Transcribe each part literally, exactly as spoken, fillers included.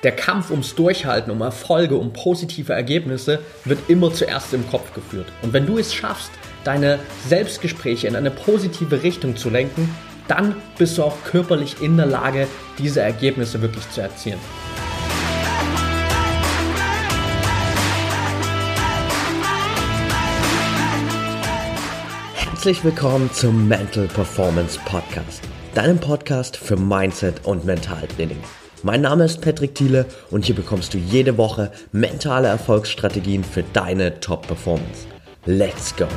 Der Kampf ums Durchhalten, um Erfolge, um positive Ergebnisse wird immer zuerst im Kopf geführt. Und wenn du es schaffst, deine Selbstgespräche in eine positive Richtung zu lenken, dann bist du auch körperlich in der Lage, diese Ergebnisse wirklich zu erzielen. Herzlich willkommen zum Mental Performance Podcast, deinem Podcast für Mindset und Mentaltraining. Mein Name ist Patrick Thiele und hier bekommst du jede Woche mentale Erfolgsstrategien für deine Top-Performance. Let's go!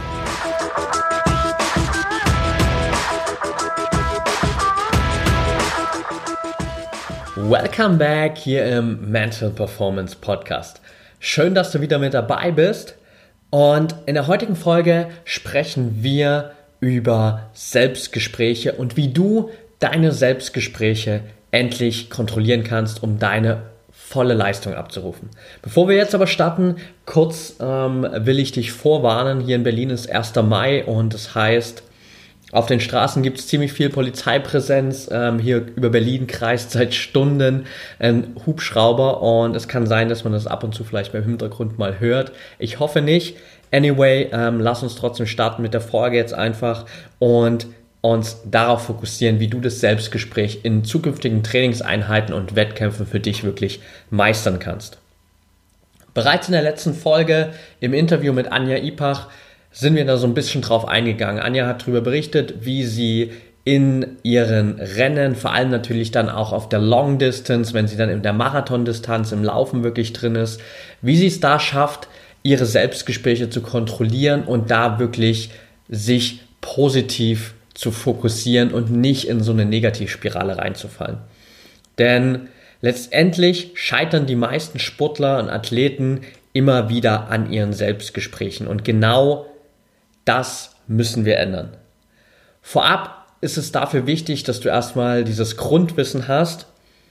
Welcome back hier im Mental Performance Podcast. Schön, dass du wieder mit dabei bist. Und in der heutigen Folge sprechen wir über Selbstgespräche und wie du deine Selbstgespräche endlich kontrollieren kannst, um deine volle Leistung abzurufen. Bevor wir jetzt aber starten, kurz ähm, will ich dich vorwarnen, hier in Berlin ist erster Mai und das heißt, auf den Straßen gibt es ziemlich viel Polizeipräsenz. Ähm, hier über Berlin kreist seit Stunden ein Hubschrauber und es kann sein, dass man das ab und zu vielleicht beim Hintergrund mal hört. Ich hoffe nicht. Anyway, ähm, lass uns trotzdem starten mit der Folge jetzt einfach und uns darauf fokussieren, wie du das Selbstgespräch in zukünftigen Trainingseinheiten und Wettkämpfen für dich wirklich meistern kannst. Bereits in der letzten Folge im Interview mit Anja Ipach sind wir da so ein bisschen drauf eingegangen. Anja hat darüber berichtet, wie sie in ihren Rennen, vor allem natürlich dann auch auf der Long Distance, wenn sie dann in der Marathondistanz im Laufen wirklich drin ist, wie sie es da schafft, ihre Selbstgespräche zu kontrollieren und da wirklich sich positiv zu fokussieren und nicht in so eine Negativspirale reinzufallen. Denn letztendlich scheitern die meisten Sportler und Athleten immer wieder an ihren Selbstgesprächen und genau das müssen wir ändern. Vorab ist es dafür wichtig, dass du erstmal dieses Grundwissen hast,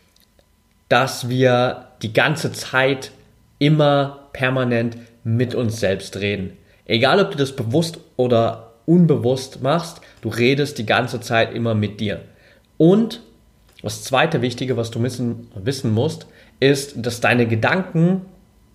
dass wir die ganze Zeit immer permanent mit uns selbst reden. Egal, ob du das bewusst oder unbewusst machst, du redest die ganze Zeit immer mit dir. Und das zweite Wichtige, was du wissen, wissen musst, ist, dass deine Gedanken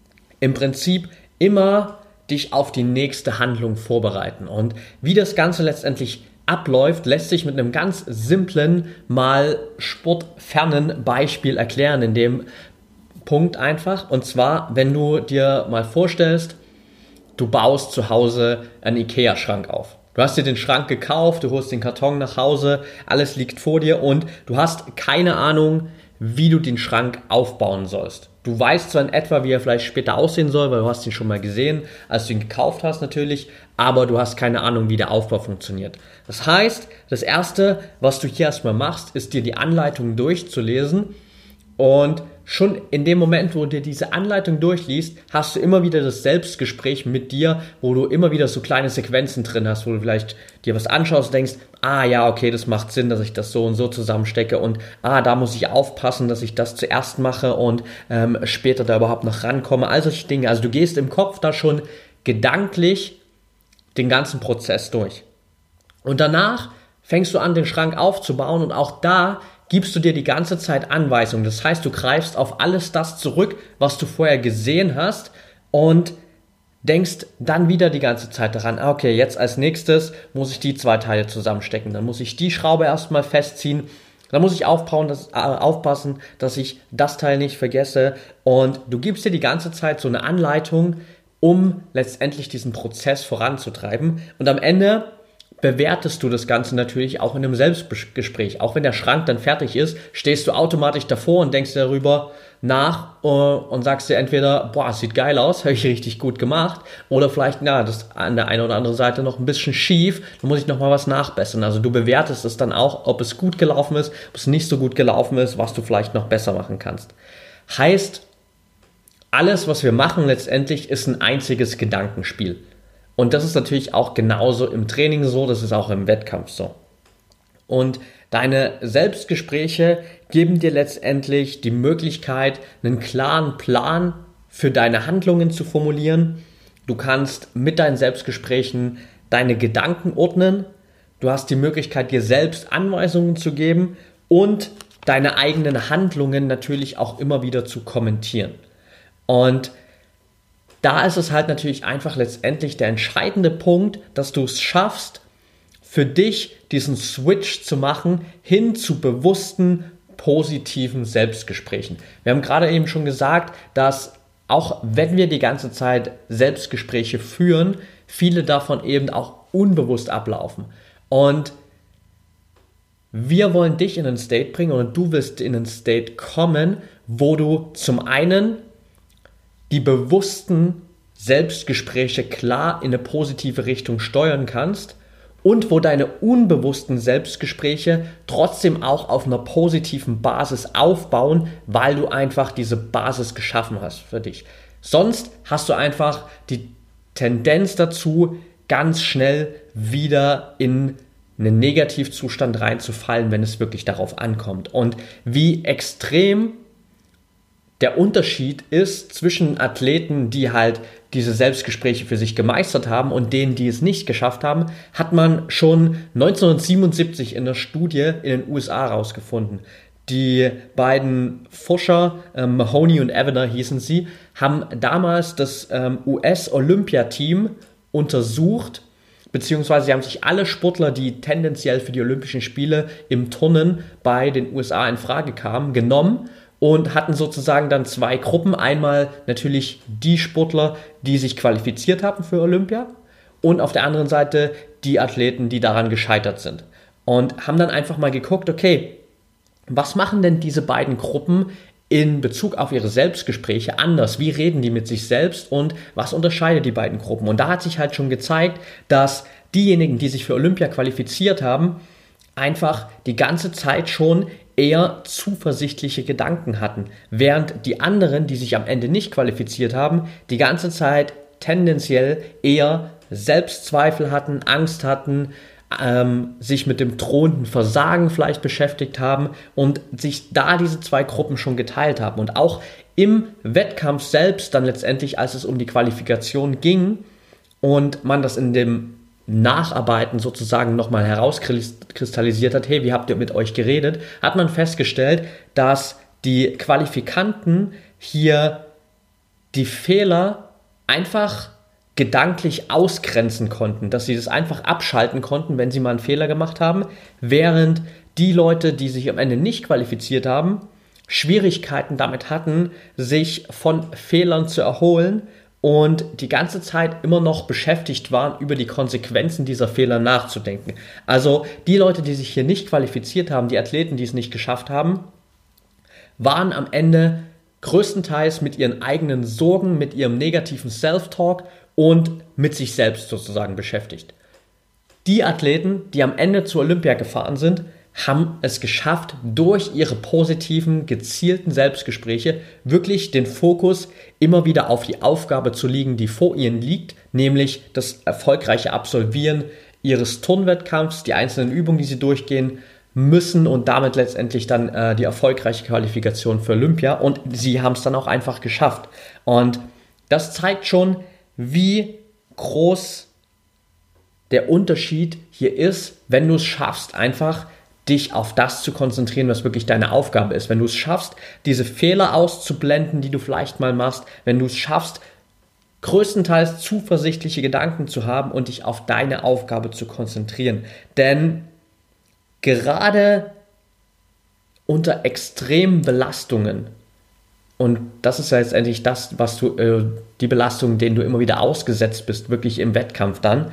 im Prinzip immer dich auf die nächste Handlung vorbereiten. Und wie das Ganze letztendlich abläuft, lässt sich mit einem ganz simplen, mal sportfernen Beispiel erklären, in dem Punkt einfach. Und zwar, wenn du dir mal vorstellst, du baust zu Hause einen Ikea-Schrank auf. Du hast dir den Schrank gekauft, du holst den Karton nach Hause, alles liegt vor dir und du hast keine Ahnung, wie du den Schrank aufbauen sollst. Du weißt zwar in etwa, wie er vielleicht später aussehen soll, weil du hast ihn schon mal gesehen, als du ihn gekauft hast natürlich, aber du hast keine Ahnung, wie der Aufbau funktioniert. Das heißt, das Erste, was du hier erstmal machst, ist dir die Anleitung durchzulesen und schon in dem Moment, wo du dir diese Anleitung durchliest, hast du immer wieder das Selbstgespräch mit dir, wo du immer wieder so kleine Sequenzen drin hast, wo du vielleicht dir was anschaust und denkst, ah ja, okay, das macht Sinn, dass ich das so und so zusammenstecke und ah, da muss ich aufpassen, dass ich das zuerst mache und ähm, später da überhaupt noch rankomme, all solche Dinge. Also du gehst im Kopf da schon gedanklich den ganzen Prozess durch. Und danach fängst du an, den Schrank aufzubauen und auch da gibst du dir die ganze Zeit Anweisungen. Das heißt, du greifst auf alles das zurück, was du vorher gesehen hast und denkst dann wieder die ganze Zeit daran, okay, jetzt als nächstes muss ich die zwei Teile zusammenstecken. Dann muss ich die Schraube erstmal festziehen. Dann muss ich aufbauen, dass, äh, aufpassen, dass ich das Teil nicht vergesse. Und du gibst dir die ganze Zeit so eine Anleitung, um letztendlich diesen Prozess voranzutreiben. Und am Ende bewertest du das Ganze natürlich auch in einem Selbstgespräch. Auch wenn der Schrank dann fertig ist, stehst du automatisch davor und denkst darüber nach und sagst dir entweder, boah, sieht geil aus, habe ich richtig gut gemacht, oder vielleicht, na, das ist an der einen oder anderen Seite noch ein bisschen schief, da muss ich nochmal was nachbessern. Also du bewertest es dann auch, ob es gut gelaufen ist, ob es nicht so gut gelaufen ist, was du vielleicht noch besser machen kannst. Heißt, alles, was wir machen letztendlich, ist ein einziges Gedankenspiel. Und das ist natürlich auch genauso im Training so, das ist auch im Wettkampf so. Und deine Selbstgespräche geben dir letztendlich die Möglichkeit, einen klaren Plan für deine Handlungen zu formulieren. Du kannst mit deinen Selbstgesprächen deine Gedanken ordnen. Du hast die Möglichkeit, dir selbst Anweisungen zu geben und deine eigenen Handlungen natürlich auch immer wieder zu kommentieren. Und da ist es halt natürlich einfach letztendlich der entscheidende Punkt, dass du es schaffst, für dich diesen Switch zu machen hin zu bewussten, positiven Selbstgesprächen. Wir haben gerade eben schon gesagt, dass auch wenn wir die ganze Zeit Selbstgespräche führen, viele davon eben auch unbewusst ablaufen. Und wir wollen dich in einen State bringen oder du willst in einen State kommen, wo du zum einen die bewussten Selbstgespräche klar in eine positive Richtung steuern kannst und wo deine unbewussten Selbstgespräche trotzdem auch auf einer positiven Basis aufbauen, weil du einfach diese Basis geschaffen hast für dich. Sonst hast du einfach die Tendenz dazu, ganz schnell wieder in einen Negativzustand reinzufallen, wenn es wirklich darauf ankommt. Und wie extrem der Unterschied ist zwischen Athleten, die halt diese Selbstgespräche für sich gemeistert haben und denen, die es nicht geschafft haben, hat man schon neunzehnhundertsiebenundsiebzig in einer Studie in den U S A rausgefunden. Die beiden Forscher, ähm, Mahoney und Evener hießen sie, haben damals das ähm, U S-Olympiateam untersucht, beziehungsweise sie haben sich alle Sportler, die tendenziell für die Olympischen Spiele im Turnen bei den U S A in Frage kamen, genommen und hatten sozusagen dann zwei Gruppen. Einmal natürlich die Sportler, die sich qualifiziert haben für Olympia und auf der anderen Seite die Athleten, die daran gescheitert sind. Und haben dann einfach mal geguckt, okay, was machen denn diese beiden Gruppen in Bezug auf ihre Selbstgespräche anders? Wie reden die mit sich selbst und was unterscheidet die beiden Gruppen? Und da hat sich halt schon gezeigt, dass diejenigen, die sich für Olympia qualifiziert haben, einfach die ganze Zeit schon eher zuversichtliche Gedanken hatten, während die anderen, die sich am Ende nicht qualifiziert haben, die ganze Zeit tendenziell eher Selbstzweifel hatten, Angst hatten, ähm, sich mit dem drohenden Versagen vielleicht beschäftigt haben und sich da diese zwei Gruppen schon geteilt haben. Und auch im Wettkampf selbst dann letztendlich, als es um die Qualifikation ging und man das in dem Nacharbeiten sozusagen nochmal herauskristallisiert hat, hey, wie habt ihr mit euch geredet, hat man festgestellt, dass die Qualifikanten hier die Fehler einfach gedanklich ausgrenzen konnten, dass sie das einfach abschalten konnten, wenn sie mal einen Fehler gemacht haben, während die Leute, die sich am Ende nicht qualifiziert haben, Schwierigkeiten damit hatten, sich von Fehlern zu erholen und die ganze Zeit immer noch beschäftigt waren, über die Konsequenzen dieser Fehler nachzudenken. Also die Leute, die sich hier nicht qualifiziert haben, die Athleten, die es nicht geschafft haben, waren am Ende größtenteils mit ihren eigenen Sorgen, mit ihrem negativen Self-Talk und mit sich selbst sozusagen beschäftigt. Die Athleten, die am Ende zur Olympia gefahren sind, haben es geschafft, durch ihre positiven, gezielten Selbstgespräche wirklich den Fokus immer wieder auf die Aufgabe zu legen, die vor ihnen liegt, nämlich das erfolgreiche Absolvieren ihres Turnwettkampfs, die einzelnen Übungen, die sie durchgehen müssen und damit letztendlich dann äh, die erfolgreiche Qualifikation für Olympia. Und sie haben es dann auch einfach geschafft. Und das zeigt schon, wie groß der Unterschied hier ist, wenn du es schaffst, einfach dich auf das zu konzentrieren, was wirklich deine Aufgabe ist. Wenn du es schaffst, diese Fehler auszublenden, die du vielleicht mal machst, wenn du es schaffst, größtenteils zuversichtliche Gedanken zu haben und dich auf deine Aufgabe zu konzentrieren. Denn gerade unter extremen Belastungen, und das ist ja letztendlich das, was du, äh, die Belastung, denen du immer wieder ausgesetzt bist, wirklich im Wettkampf dann,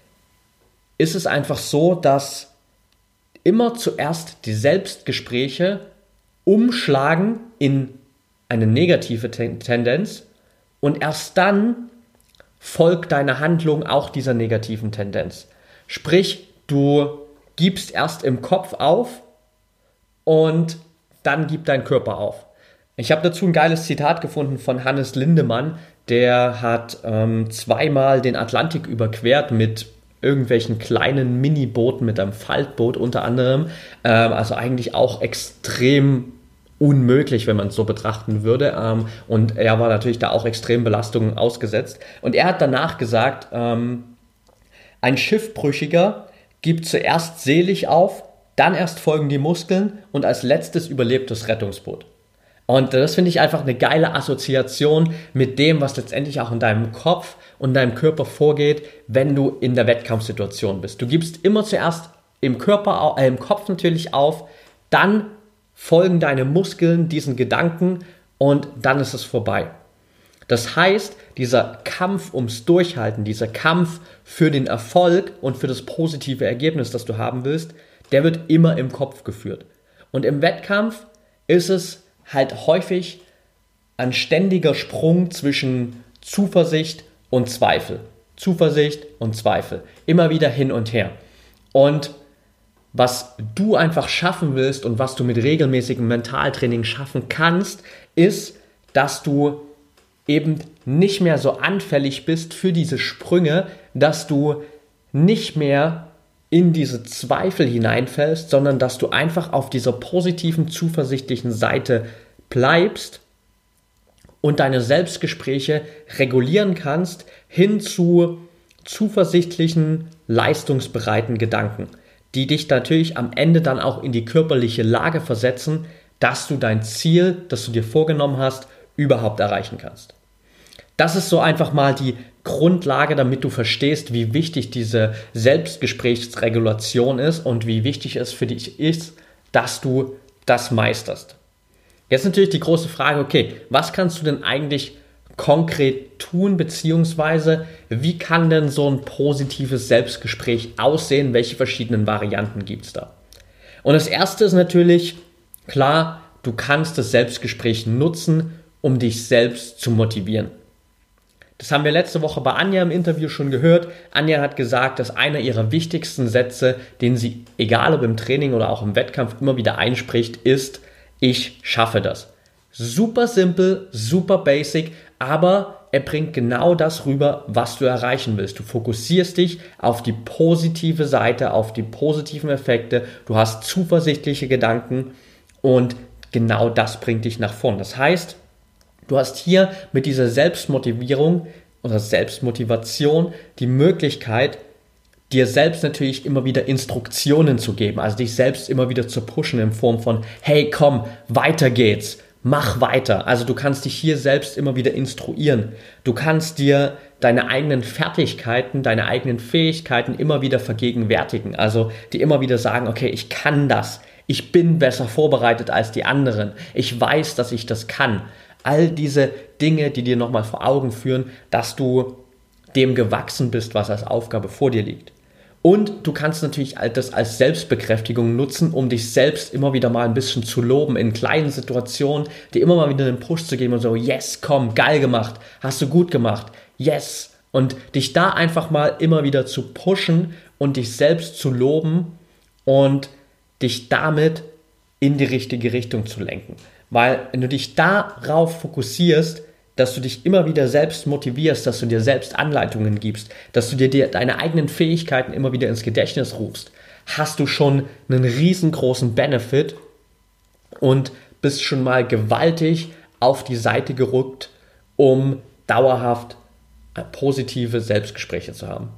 ist es einfach so, dass immer zuerst die Selbstgespräche umschlagen in eine negative Tendenz und erst dann folgt deine Handlung auch dieser negativen Tendenz. Sprich, du gibst erst im Kopf auf und dann gibt dein Körper auf. Ich habe dazu ein geiles Zitat gefunden von Hannes Lindemann, der hat ähm, zweimal den Atlantik überquert mit irgendwelchen kleinen Mini-Booten, mit einem Faltboot unter anderem, ähm, also eigentlich auch extrem unmöglich, wenn man es so betrachten würde, ähm, und er war natürlich da auch extrem Belastungen ausgesetzt und er hat danach gesagt, ähm, ein Schiffbrüchiger gibt zuerst selig auf, dann erst folgen die Muskeln und als letztes überlebt das Rettungsboot. Und das finde ich einfach eine geile Assoziation mit dem, was letztendlich auch in deinem Kopf und deinem Körper vorgeht, wenn du in der Wettkampfsituation bist. Du gibst immer zuerst im Körper, äh, im Kopf natürlich auf, dann folgen deine Muskeln diesen Gedanken und dann ist es vorbei. Das heißt, dieser Kampf ums Durchhalten, dieser Kampf für den Erfolg und für das positive Ergebnis, das du haben willst, der wird immer im Kopf geführt. Und im Wettkampf ist es halt häufig ein ständiger Sprung zwischen Zuversicht und Zweifel. Zuversicht und Zweifel. Immer wieder hin und her. Und was du einfach schaffen willst und was du mit regelmäßigem Mentaltraining schaffen kannst, ist, dass du eben nicht mehr so anfällig bist für diese Sprünge, dass du nicht mehr in diese Zweifel hineinfällst, sondern dass du einfach auf dieser positiven, zuversichtlichen Seite bleibst und deine Selbstgespräche regulieren kannst hin zu zuversichtlichen, leistungsbereiten Gedanken, die dich natürlich am Ende dann auch in die körperliche Lage versetzen, dass du dein Ziel, das du dir vorgenommen hast, überhaupt erreichen kannst. Das ist so einfach mal die Grundlage, damit du verstehst, wie wichtig diese Selbstgesprächsregulation ist und wie wichtig es für dich ist, dass du das meisterst. Jetzt natürlich die große Frage, okay, was kannst du denn eigentlich konkret tun, beziehungsweise wie kann denn so ein positives Selbstgespräch aussehen? Welche verschiedenen Varianten gibt es da? Und das erste ist natürlich, klar, du kannst das Selbstgespräch nutzen, um dich selbst zu motivieren. Das haben wir letzte Woche bei Anja im Interview schon gehört. Anja hat gesagt, dass einer ihrer wichtigsten Sätze, den sie, egal ob im Training oder auch im Wettkampf, immer wieder einspricht, ist: Ich schaffe das. Super simpel, super basic, aber er bringt genau das rüber, was du erreichen willst. Du fokussierst dich auf die positive Seite, auf die positiven Effekte. Du hast zuversichtliche Gedanken und genau das bringt dich nach vorn. Das heißt, du hast hier mit dieser Selbstmotivierung oder Selbstmotivation die Möglichkeit, dir selbst natürlich immer wieder Instruktionen zu geben, also dich selbst immer wieder zu pushen in Form von: Hey, komm, weiter geht's, mach weiter. Also du kannst dich hier selbst immer wieder instruieren. Du kannst dir deine eigenen Fertigkeiten, deine eigenen Fähigkeiten immer wieder vergegenwärtigen. Also dir immer wieder sagen: Okay, ich kann das. Ich bin besser vorbereitet als die anderen. Ich weiß, dass ich das kann. All diese Dinge, die dir nochmal vor Augen führen, dass du dem gewachsen bist, was als Aufgabe vor dir liegt. Und du kannst natürlich das als Selbstbekräftigung nutzen, um dich selbst immer wieder mal ein bisschen zu loben in kleinen Situationen, dir immer mal wieder einen Push zu geben und so: Yes, komm, geil gemacht, hast du gut gemacht, yes. Und dich da einfach mal immer wieder zu pushen und dich selbst zu loben und dich damit in die richtige Richtung zu lenken. Weil wenn du dich darauf fokussierst, dass du dich immer wieder selbst motivierst, dass du dir selbst Anleitungen gibst, dass du dir, dir deine eigenen Fähigkeiten immer wieder ins Gedächtnis rufst, hast du schon einen riesengroßen Benefit und bist schon mal gewaltig auf die Seite gerückt, um dauerhaft positive Selbstgespräche zu haben.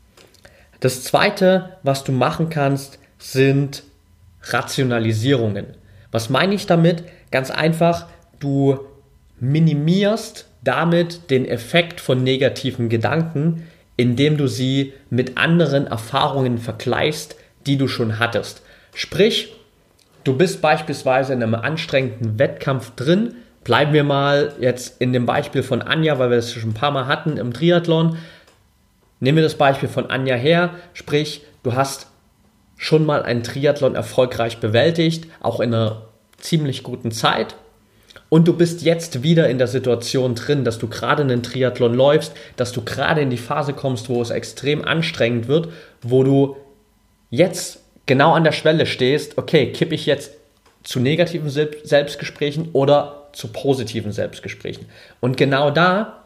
Das Zweite, was du machen kannst, sind Rationalisierungen. Was meine ich damit? Ganz einfach, du minimierst damit den Effekt von negativen Gedanken, indem du sie mit anderen Erfahrungen vergleichst, die du schon hattest. Sprich, du bist beispielsweise in einem anstrengenden Wettkampf drin. Bleiben wir mal jetzt in dem Beispiel von Anja, weil wir das schon ein paar Mal hatten im Triathlon. Nehmen wir das Beispiel von Anja her, sprich, du hast schon mal einen Triathlon erfolgreich bewältigt, auch in einer ziemlich guten Zeit. Und du bist jetzt wieder in der Situation drin, dass du gerade einen Triathlon läufst, dass du gerade in die Phase kommst, wo es extrem anstrengend wird, wo du jetzt genau an der Schwelle stehst: Okay, kippe ich jetzt zu negativen Selbstgesprächen oder zu positiven Selbstgesprächen? Und genau da,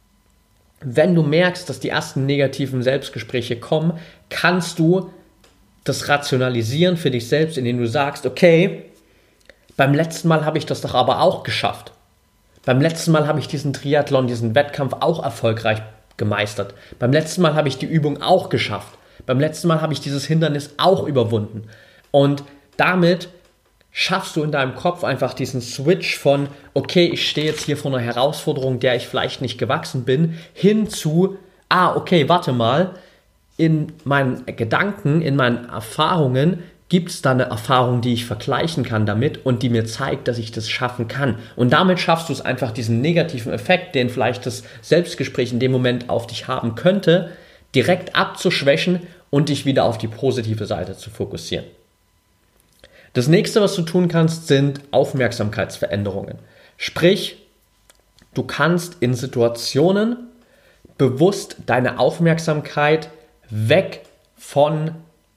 wenn du merkst, dass die ersten negativen Selbstgespräche kommen, kannst du das rationalisieren für dich selbst, indem du sagst: Okay, beim letzten Mal habe ich das doch aber auch geschafft. Beim letzten Mal habe ich diesen Triathlon, diesen Wettkampf auch erfolgreich gemeistert. Beim letzten Mal habe ich die Übung auch geschafft. Beim letzten Mal habe ich dieses Hindernis auch überwunden. Und damit schaffst du in deinem Kopf einfach diesen Switch von, okay, ich stehe jetzt hier vor einer Herausforderung, der ich vielleicht nicht gewachsen bin, hin zu, ah, okay, warte mal, in meinen Gedanken, in meinen Erfahrungen gibt es da eine Erfahrung, die ich vergleichen kann damit und die mir zeigt, dass ich das schaffen kann. Und damit schaffst du es einfach, diesen negativen Effekt, den vielleicht das Selbstgespräch in dem Moment auf dich haben könnte, direkt abzuschwächen und dich wieder auf die positive Seite zu fokussieren. Das nächste, was du tun kannst, sind Aufmerksamkeitsveränderungen. Sprich, du kannst in Situationen bewusst deine Aufmerksamkeit weg von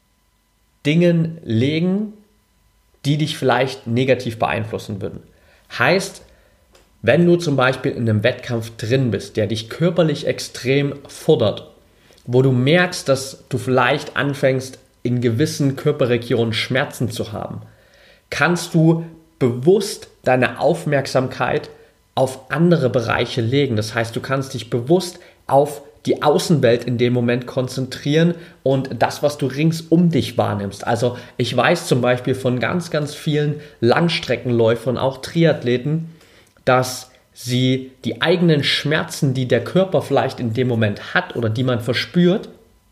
Dingen legen, die dich vielleicht negativ beeinflussen würden. Heißt, wenn du zum Beispiel in einem Wettkampf drin bist, der dich körperlich extrem fordert, wo du merkst, dass du vielleicht anfängst, in gewissen Körperregionen Schmerzen zu haben, kannst du bewusst deine Aufmerksamkeit auf andere Bereiche legen. Das heißt, du kannst dich bewusst auf die Außenwelt in dem Moment konzentrieren und das, was du rings um dich wahrnimmst. Also ich weiß zum Beispiel von ganz, ganz vielen Langstreckenläufern, auch Triathleten, dass sie die eigenen Schmerzen, die der Körper vielleicht in dem Moment hat oder die man verspürt,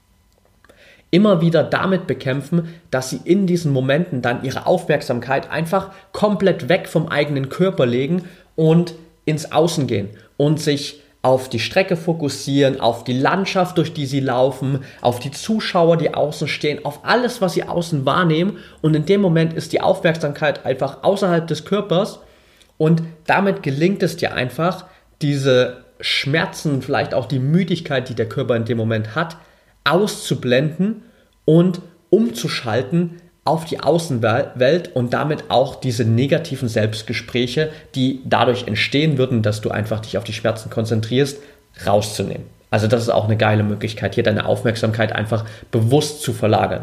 immer wieder damit bekämpfen, dass sie in diesen Momenten dann ihre Aufmerksamkeit einfach komplett weg vom eigenen Körper legen und ins Außen gehen und sich auf die Strecke fokussieren, auf die Landschaft, durch die sie laufen, auf die Zuschauer, die außen stehen, auf alles, was sie außen wahrnehmen. Und in dem Moment ist die Aufmerksamkeit einfach außerhalb des Körpers und damit gelingt es dir einfach, diese Schmerzen, vielleicht auch die Müdigkeit, die der Körper in dem Moment hat, auszublenden und umzuschalten auf die Außenwelt und damit auch diese negativen Selbstgespräche, die dadurch entstehen würden, dass du einfach dich auf die Schmerzen konzentrierst, rauszunehmen. Also das ist auch eine geile Möglichkeit, hier deine Aufmerksamkeit einfach bewusst zu verlagern.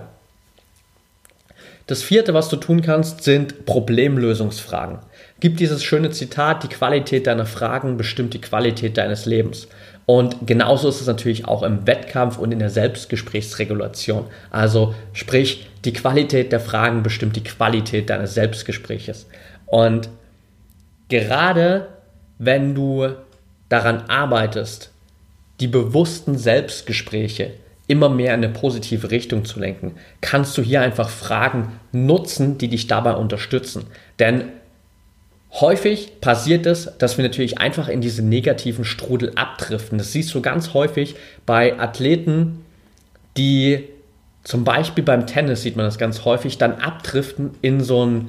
Das vierte, was du tun kannst, sind Problemlösungsfragen. Gibt dieses schöne Zitat, die Qualität deiner Fragen bestimmt die Qualität deines Lebens. Und genauso ist es natürlich auch im Wettkampf und in der Selbstgesprächsregulation. Also sprich, die Qualität der Fragen bestimmt die Qualität deines Selbstgespräches. Und gerade wenn du daran arbeitest, die bewussten Selbstgespräche immer mehr in eine positive Richtung zu lenken, kannst du hier einfach Fragen nutzen, die dich dabei unterstützen. Denn häufig passiert es, dass wir natürlich einfach in diese negativen Strudel abdriften. Das siehst du ganz häufig bei Athleten, die zum Beispiel beim Tennis, sieht man das ganz häufig, dann abdriften in so einen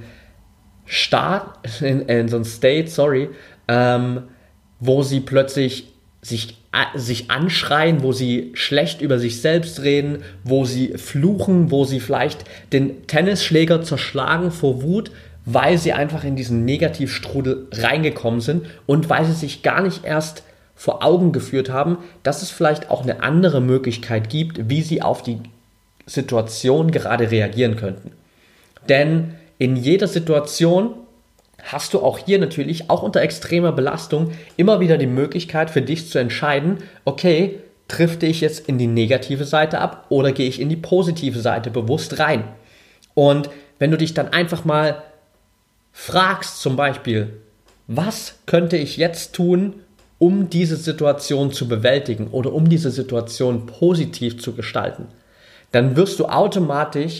Start, in, in so einen State, sorry, ähm, wo sie plötzlich sich, äh, sich anschreien, wo sie schlecht über sich selbst reden, wo sie fluchen, wo sie vielleicht den Tennisschläger zerschlagen vor Wut, weil sie einfach in diesen Negativstrudel reingekommen sind und weil sie sich gar nicht erst vor Augen geführt haben, dass es vielleicht auch eine andere Möglichkeit gibt, wie sie auf die Situation gerade reagieren könnten. Denn in jeder Situation hast du auch hier natürlich, auch unter extremer Belastung, immer wieder die Möglichkeit für dich zu entscheiden, okay, drifte ich jetzt in die negative Seite ab oder gehe ich in die positive Seite bewusst rein? Und wenn du dich dann einfach mal fragst zum Beispiel, was könnte ich jetzt tun, um diese Situation zu bewältigen oder um diese Situation positiv zu gestalten, dann wirst du automatisch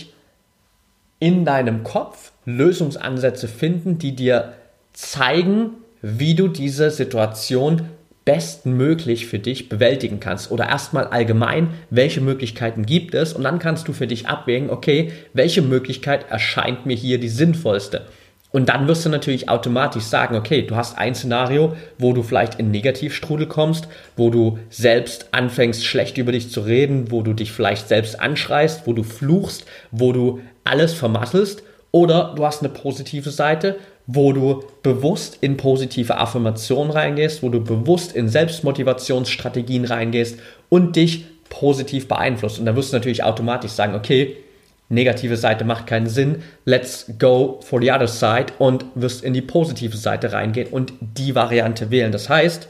in deinem Kopf Lösungsansätze finden, die dir zeigen, wie du diese Situation bestmöglich für dich bewältigen kannst oder erstmal allgemein, welche Möglichkeiten gibt es und dann kannst du für dich abwägen, okay, welche Möglichkeit erscheint mir hier die sinnvollste. Und dann wirst du natürlich automatisch sagen, okay, du hast ein Szenario, wo du vielleicht in Negativstrudel kommst, wo du selbst anfängst, schlecht über dich zu reden, wo du dich vielleicht selbst anschreist, wo du fluchst, wo du alles vermasselst. Oder du hast eine positive Seite, wo du bewusst in positive Affirmationen reingehst, wo du bewusst in Selbstmotivationsstrategien reingehst und dich positiv beeinflusst. Und dann wirst du natürlich automatisch sagen, okay, negative Seite macht keinen Sinn, let's go for the other side und wirst in die positive Seite reingehen und die Variante wählen. Das heißt,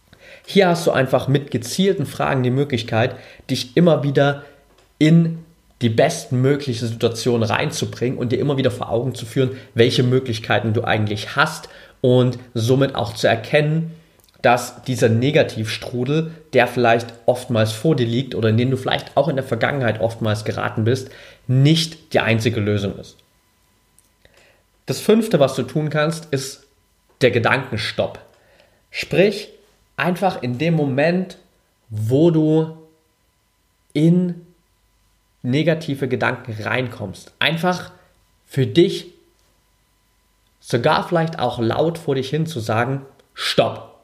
hier hast du einfach mit gezielten Fragen die Möglichkeit, dich immer wieder in die bestmögliche Situation reinzubringen und dir immer wieder vor Augen zu führen, welche Möglichkeiten du eigentlich hast und somit auch zu erkennen, dass dieser Negativstrudel, der vielleicht oftmals vor dir liegt oder in den du vielleicht auch in der Vergangenheit oftmals geraten bist, nicht die einzige Lösung ist. Das fünfte, was du tun kannst, ist der Gedankenstopp. Sprich, einfach in dem Moment, wo du in negative Gedanken reinkommst, einfach für dich sogar vielleicht auch laut vor dich hin zu sagen, Stopp.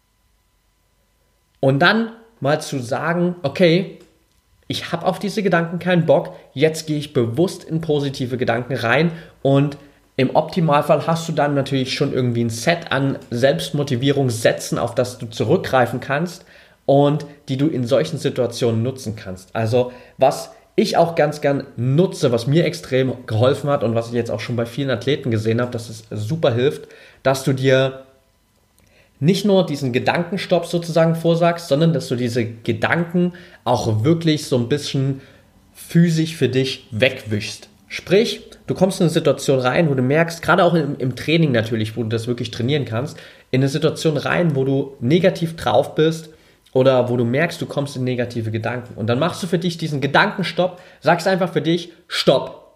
Und dann mal zu sagen, okay, ich habe auf diese Gedanken keinen Bock, jetzt gehe ich bewusst in positive Gedanken rein und im Optimalfall hast du dann natürlich schon irgendwie ein Set an Selbstmotivierungssätzen, auf das du zurückgreifen kannst und die du in solchen Situationen nutzen kannst. Also was ich auch ganz gern nutze, was mir extrem geholfen hat und was ich jetzt auch schon bei vielen Athleten gesehen habe, dass es super hilft, dass du dir nicht nur diesen Gedankenstopp sozusagen vorsagst, sondern dass du diese Gedanken auch wirklich so ein bisschen physisch für dich wegwischst. Sprich, du kommst in eine Situation rein, wo du merkst, gerade auch im, im Training natürlich, wo du das wirklich trainieren kannst, in eine Situation rein, wo du negativ drauf bist oder wo du merkst, du kommst in negative Gedanken. Und dann machst du für dich diesen Gedankenstopp, sagst einfach für dich, Stopp.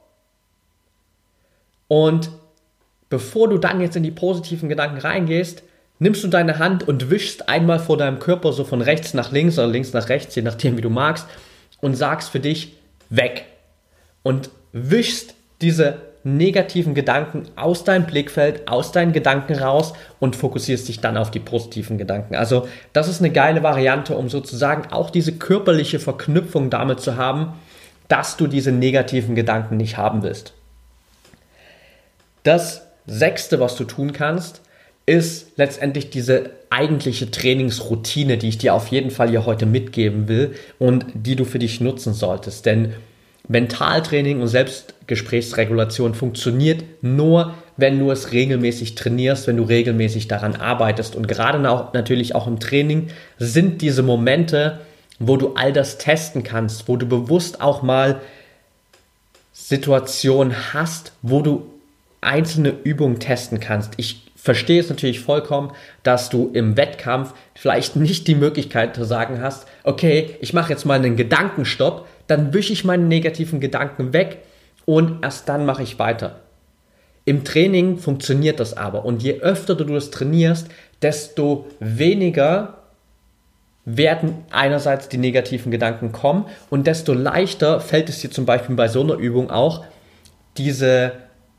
Und bevor du dann jetzt in die positiven Gedanken reingehst, nimmst du deine Hand und wischst einmal vor deinem Körper so von rechts nach links oder links nach rechts, je nachdem wie du magst, und sagst für dich, weg. Und wischst diese negativen Gedanken aus deinem Blickfeld, aus deinen Gedanken raus und fokussierst dich dann auf die positiven Gedanken. Also das ist eine geile Variante, um sozusagen auch diese körperliche Verknüpfung damit zu haben, dass du diese negativen Gedanken nicht haben willst. Das Sechste, was du tun kannst, ist letztendlich diese eigentliche Trainingsroutine, die ich dir auf jeden Fall hier heute mitgeben will und die du für dich nutzen solltest. Denn Mentaltraining und Selbstgesprächsregulation funktioniert nur, wenn du es regelmäßig trainierst, wenn du regelmäßig daran arbeitest. Und gerade auch, natürlich auch im Training sind diese Momente, wo du all das testen kannst, wo du bewusst auch mal Situationen hast, wo du einzelne Übungen testen kannst. Ich verstehe es natürlich vollkommen, dass du im Wettkampf vielleicht nicht die Möglichkeit zu sagen hast, okay, ich mache jetzt mal einen Gedankenstopp, dann wische ich meine negativen Gedanken weg und erst dann mache ich weiter. Im Training funktioniert das aber und je öfter du das trainierst, desto weniger werden einerseits die negativen Gedanken kommen und desto leichter fällt es dir zum Beispiel bei so einer Übung auch, diese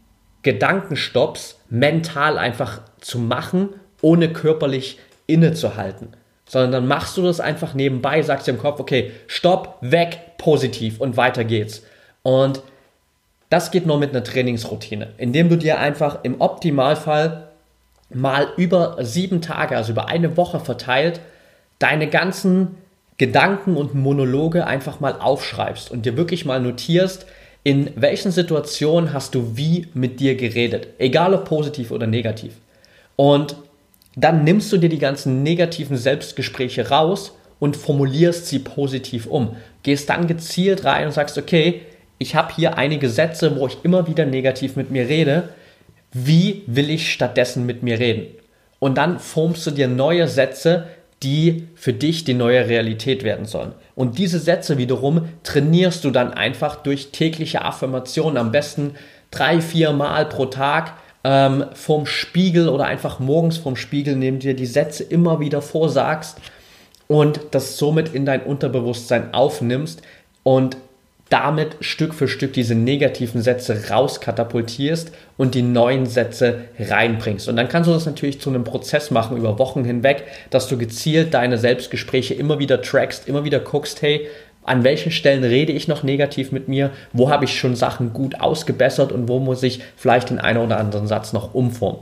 Gedankenstopps mental einfach zu machen, ohne körperlich innezuhalten. Sondern dann machst du das einfach nebenbei, sagst dir im Kopf, okay, stopp, weg, positiv und weiter geht's. Und das geht nur mit einer Trainingsroutine, indem du dir einfach im Optimalfall mal über sieben Tage, also über eine Woche verteilt, deine ganzen Gedanken und Monologe einfach mal aufschreibst und dir wirklich mal notierst, in welchen Situationen hast du wie mit dir geredet, egal ob positiv oder negativ. Und dann nimmst du dir die ganzen negativen Selbstgespräche raus und formulierst sie positiv um. Gehst dann gezielt rein und sagst, okay, ich habe hier einige Sätze, wo ich immer wieder negativ mit mir rede. Wie will ich stattdessen mit mir reden? Und dann formst du dir neue Sätze, die für dich die neue Realität werden sollen. Und diese Sätze wiederum trainierst du dann einfach durch tägliche Affirmationen, am besten drei, vier Mal pro Tag ähm, vorm Spiegel oder einfach morgens vorm Spiegel neben dir die Sätze immer wieder vorsagst und das somit in dein Unterbewusstsein aufnimmst und damit Stück für Stück diese negativen Sätze rauskatapultierst und die neuen Sätze reinbringst. Und dann kannst du das natürlich zu einem Prozess machen über Wochen hinweg, dass du gezielt deine Selbstgespräche immer wieder trackst, immer wieder guckst, hey, an welchen Stellen rede ich noch negativ mit mir, wo habe ich schon Sachen gut ausgebessert und wo muss ich vielleicht den einen oder anderen Satz noch umformen.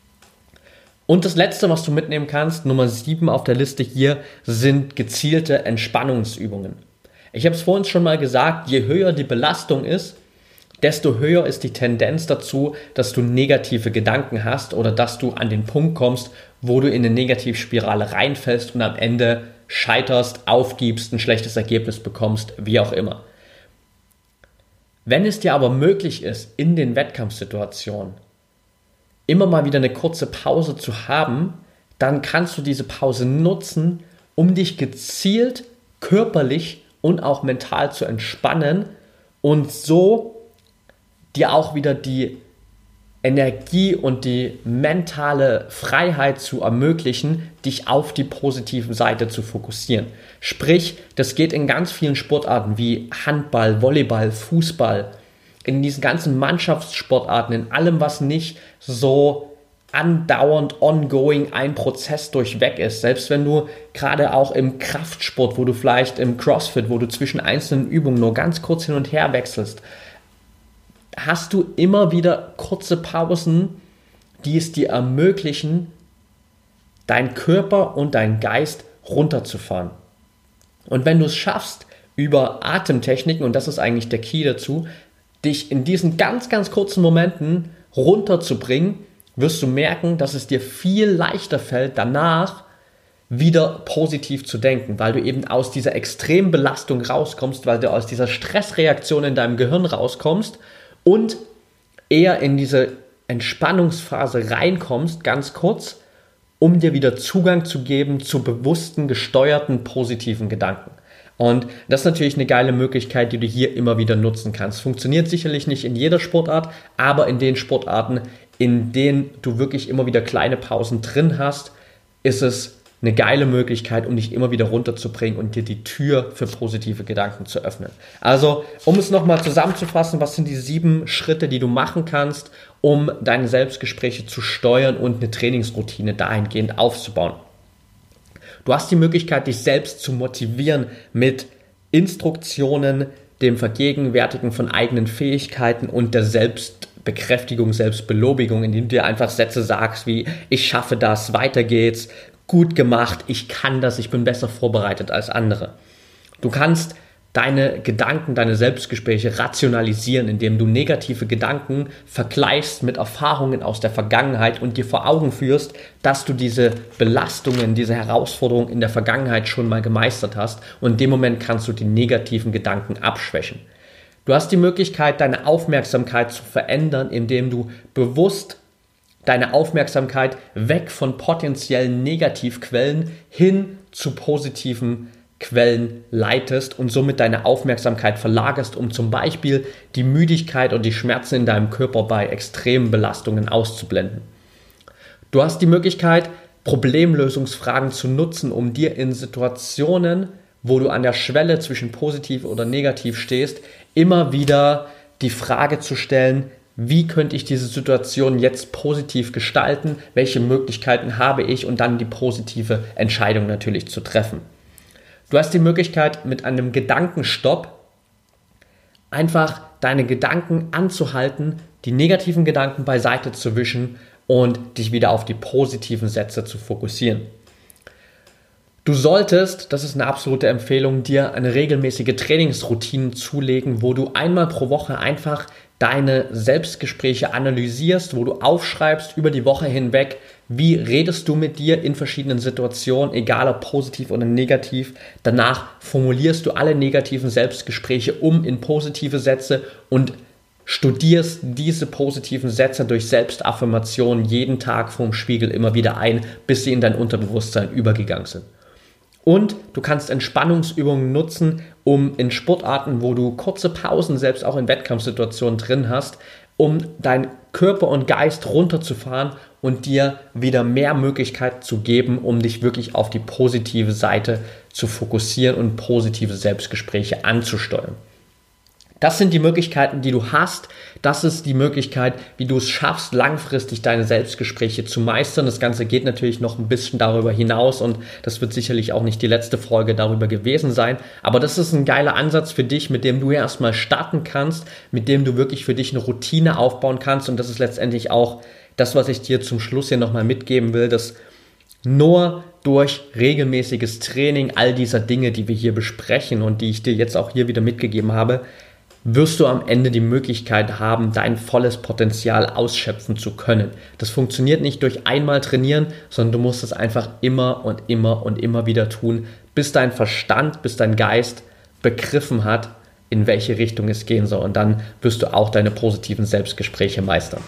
Und das Letzte, was du mitnehmen kannst, Nummer sieben auf der Liste hier, sind gezielte Entspannungsübungen. Ich habe es vorhin schon mal gesagt, je höher die Belastung ist, desto höher ist die Tendenz dazu, dass du negative Gedanken hast oder dass du an den Punkt kommst, wo du in eine Negativspirale reinfällst und am Ende scheiterst, aufgibst, ein schlechtes Ergebnis bekommst, wie auch immer. Wenn es dir aber möglich ist, in den Wettkampfsituationen immer mal wieder eine kurze Pause zu haben, dann kannst du diese Pause nutzen, um dich gezielt körperlich und auch mental zu entspannen und so dir auch wieder die Energie und die mentale Freiheit zu ermöglichen, dich auf die positive Seite zu fokussieren. Sprich, das geht in ganz vielen Sportarten wie Handball, Volleyball, Fußball, in diesen ganzen Mannschaftssportarten, in allem, was nicht so andauernd, ongoing ein Prozess durchweg ist. Selbst wenn du gerade auch im Kraftsport, wo du vielleicht im CrossFit, wo du zwischen einzelnen Übungen nur ganz kurz hin und her wechselst, hast du immer wieder kurze Pausen, die es dir ermöglichen, deinen Körper und deinen Geist runterzufahren. Und wenn du es schaffst, über Atemtechniken, und das ist eigentlich der Key dazu, dich in diesen ganz, ganz kurzen Momenten runterzubringen, wirst du merken, dass es dir viel leichter fällt, danach wieder positiv zu denken, weil du eben aus dieser extremen Belastung rauskommst, weil du aus dieser Stressreaktion in deinem Gehirn rauskommst und eher in diese Entspannungsphase reinkommst, ganz kurz, um dir wieder Zugang zu geben zu bewussten, gesteuerten, positiven Gedanken. Und das ist natürlich eine geile Möglichkeit, die du hier immer wieder nutzen kannst. Funktioniert sicherlich nicht in jeder Sportart, aber in den Sportarten, in denen du wirklich immer wieder kleine Pausen drin hast, ist es eine geile Möglichkeit, um dich immer wieder runterzubringen und dir die Tür für positive Gedanken zu öffnen. Also, um es nochmal zusammenzufassen, was sind die sieben Schritte, die du machen kannst, um deine Selbstgespräche zu steuern und eine Trainingsroutine dahingehend aufzubauen. Du hast die Möglichkeit, dich selbst zu motivieren mit Instruktionen, dem Vergegenwärtigen von eigenen Fähigkeiten und der Selbstbekräftigung, Selbstbelobigung, indem du dir einfach Sätze sagst wie: Ich schaffe das, weiter geht's, gut gemacht, ich kann das, ich bin besser vorbereitet als andere. Du kannst deine Gedanken, deine Selbstgespräche rationalisieren, indem du negative Gedanken vergleichst mit Erfahrungen aus der Vergangenheit und dir vor Augen führst, dass du diese Belastungen, diese Herausforderungen in der Vergangenheit schon mal gemeistert hast, und in dem Moment kannst du die negativen Gedanken abschwächen. Du hast die Möglichkeit, deine Aufmerksamkeit zu verändern, indem du bewusst deine Aufmerksamkeit weg von potenziellen Negativquellen hin zu positiven Quellen leitest und somit deine Aufmerksamkeit verlagerst, um zum Beispiel die Müdigkeit und die Schmerzen in deinem Körper bei extremen Belastungen auszublenden. Du hast die Möglichkeit, Problemlösungsfragen zu nutzen, um dir in Situationen, wo du an der Schwelle zwischen positiv oder negativ stehst, immer wieder die Frage zu stellen: Wie könnte ich diese Situation jetzt positiv gestalten? Welche Möglichkeiten habe ich? Und dann die positive Entscheidung natürlich zu treffen. Du hast die Möglichkeit, mit einem Gedankenstopp einfach deine Gedanken anzuhalten, die negativen Gedanken beiseite zu wischen und dich wieder auf die positiven Sätze zu fokussieren. Du solltest, das ist eine absolute Empfehlung, dir eine regelmäßige Trainingsroutine zulegen, wo du einmal pro Woche einfach deine Selbstgespräche analysierst, wo du aufschreibst über die Woche hinweg, wie redest du mit dir in verschiedenen Situationen, egal ob positiv oder negativ. Danach formulierst du alle negativen Selbstgespräche um in positive Sätze und studierst diese positiven Sätze durch Selbstaffirmation jeden Tag vorm Spiegel immer wieder ein, bis sie in dein Unterbewusstsein übergegangen sind. Und du kannst Entspannungsübungen nutzen, um in Sportarten, wo du kurze Pausen selbst auch in Wettkampfsituationen drin hast, um deinen Körper und Geist runterzufahren und dir wieder mehr Möglichkeiten zu geben, um dich wirklich auf die positive Seite zu fokussieren und positive Selbstgespräche anzusteuern. Das sind die Möglichkeiten, die du hast. Das ist die Möglichkeit, wie du es schaffst, langfristig deine Selbstgespräche zu meistern. Das Ganze geht natürlich noch ein bisschen darüber hinaus und das wird sicherlich auch nicht die letzte Folge darüber gewesen sein. Aber das ist ein geiler Ansatz für dich, mit dem du ja erstmal starten kannst, mit dem du wirklich für dich eine Routine aufbauen kannst. Und das ist letztendlich auch das, was ich dir zum Schluss hier nochmal mitgeben will, dass nur durch regelmäßiges Training all dieser Dinge, die wir hier besprechen und die ich dir jetzt auch hier wieder mitgegeben habe, wirst du am Ende die Möglichkeit haben, dein volles Potenzial ausschöpfen zu können. Das funktioniert nicht durch einmal trainieren, sondern du musst es einfach immer und immer und immer wieder tun, bis dein Verstand, bis dein Geist begriffen hat, in welche Richtung es gehen soll. Und dann wirst du auch deine positiven Selbstgespräche meistern.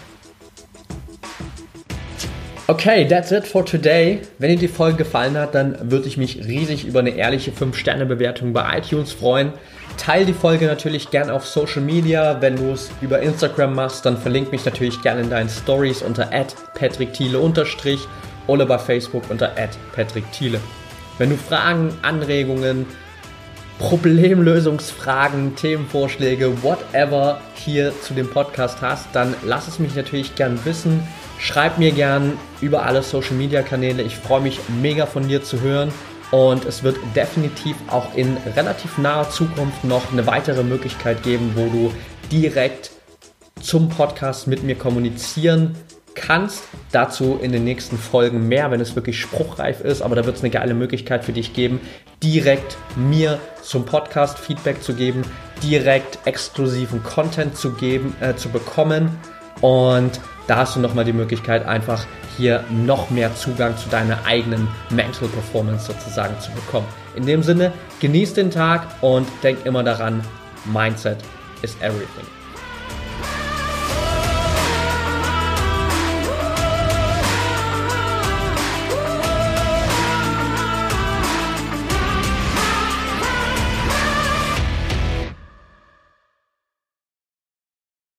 Okay, that's it for today. Wenn dir die Folge gefallen hat, dann würde ich mich riesig über eine ehrliche fünf Sterne Bewertung bei iTunes freuen. Teil die Folge natürlich gerne auf Social Media. Wenn du es über Instagram machst, dann verlink mich natürlich gerne in deinen Stories unter at patrick thiele unterstrich oder bei Facebook unter at patrick thiele. Wenn du Fragen, Anregungen, Problemlösungsfragen, Themenvorschläge, whatever hier zu dem Podcast hast, dann lass es mich natürlich gern wissen. Schreib mir gern über alle Social Media Kanäle. Ich freue mich mega von dir zu hören und es wird definitiv auch in relativ naher Zukunft noch eine weitere Möglichkeit geben, wo du direkt zum Podcast mit mir kommunizieren kannst. Dazu in den nächsten Folgen mehr, wenn es wirklich spruchreif ist, aber da wird es eine geile Möglichkeit für dich geben, direkt mir zum Podcast Feedback zu geben, direkt exklusiven Content zu geben, äh, zu bekommen. Und da hast du nochmal die Möglichkeit, einfach hier noch mehr Zugang zu deiner eigenen Mental Performance sozusagen zu bekommen. In dem Sinne, genieß den Tag und denk immer daran, Mindset is everything.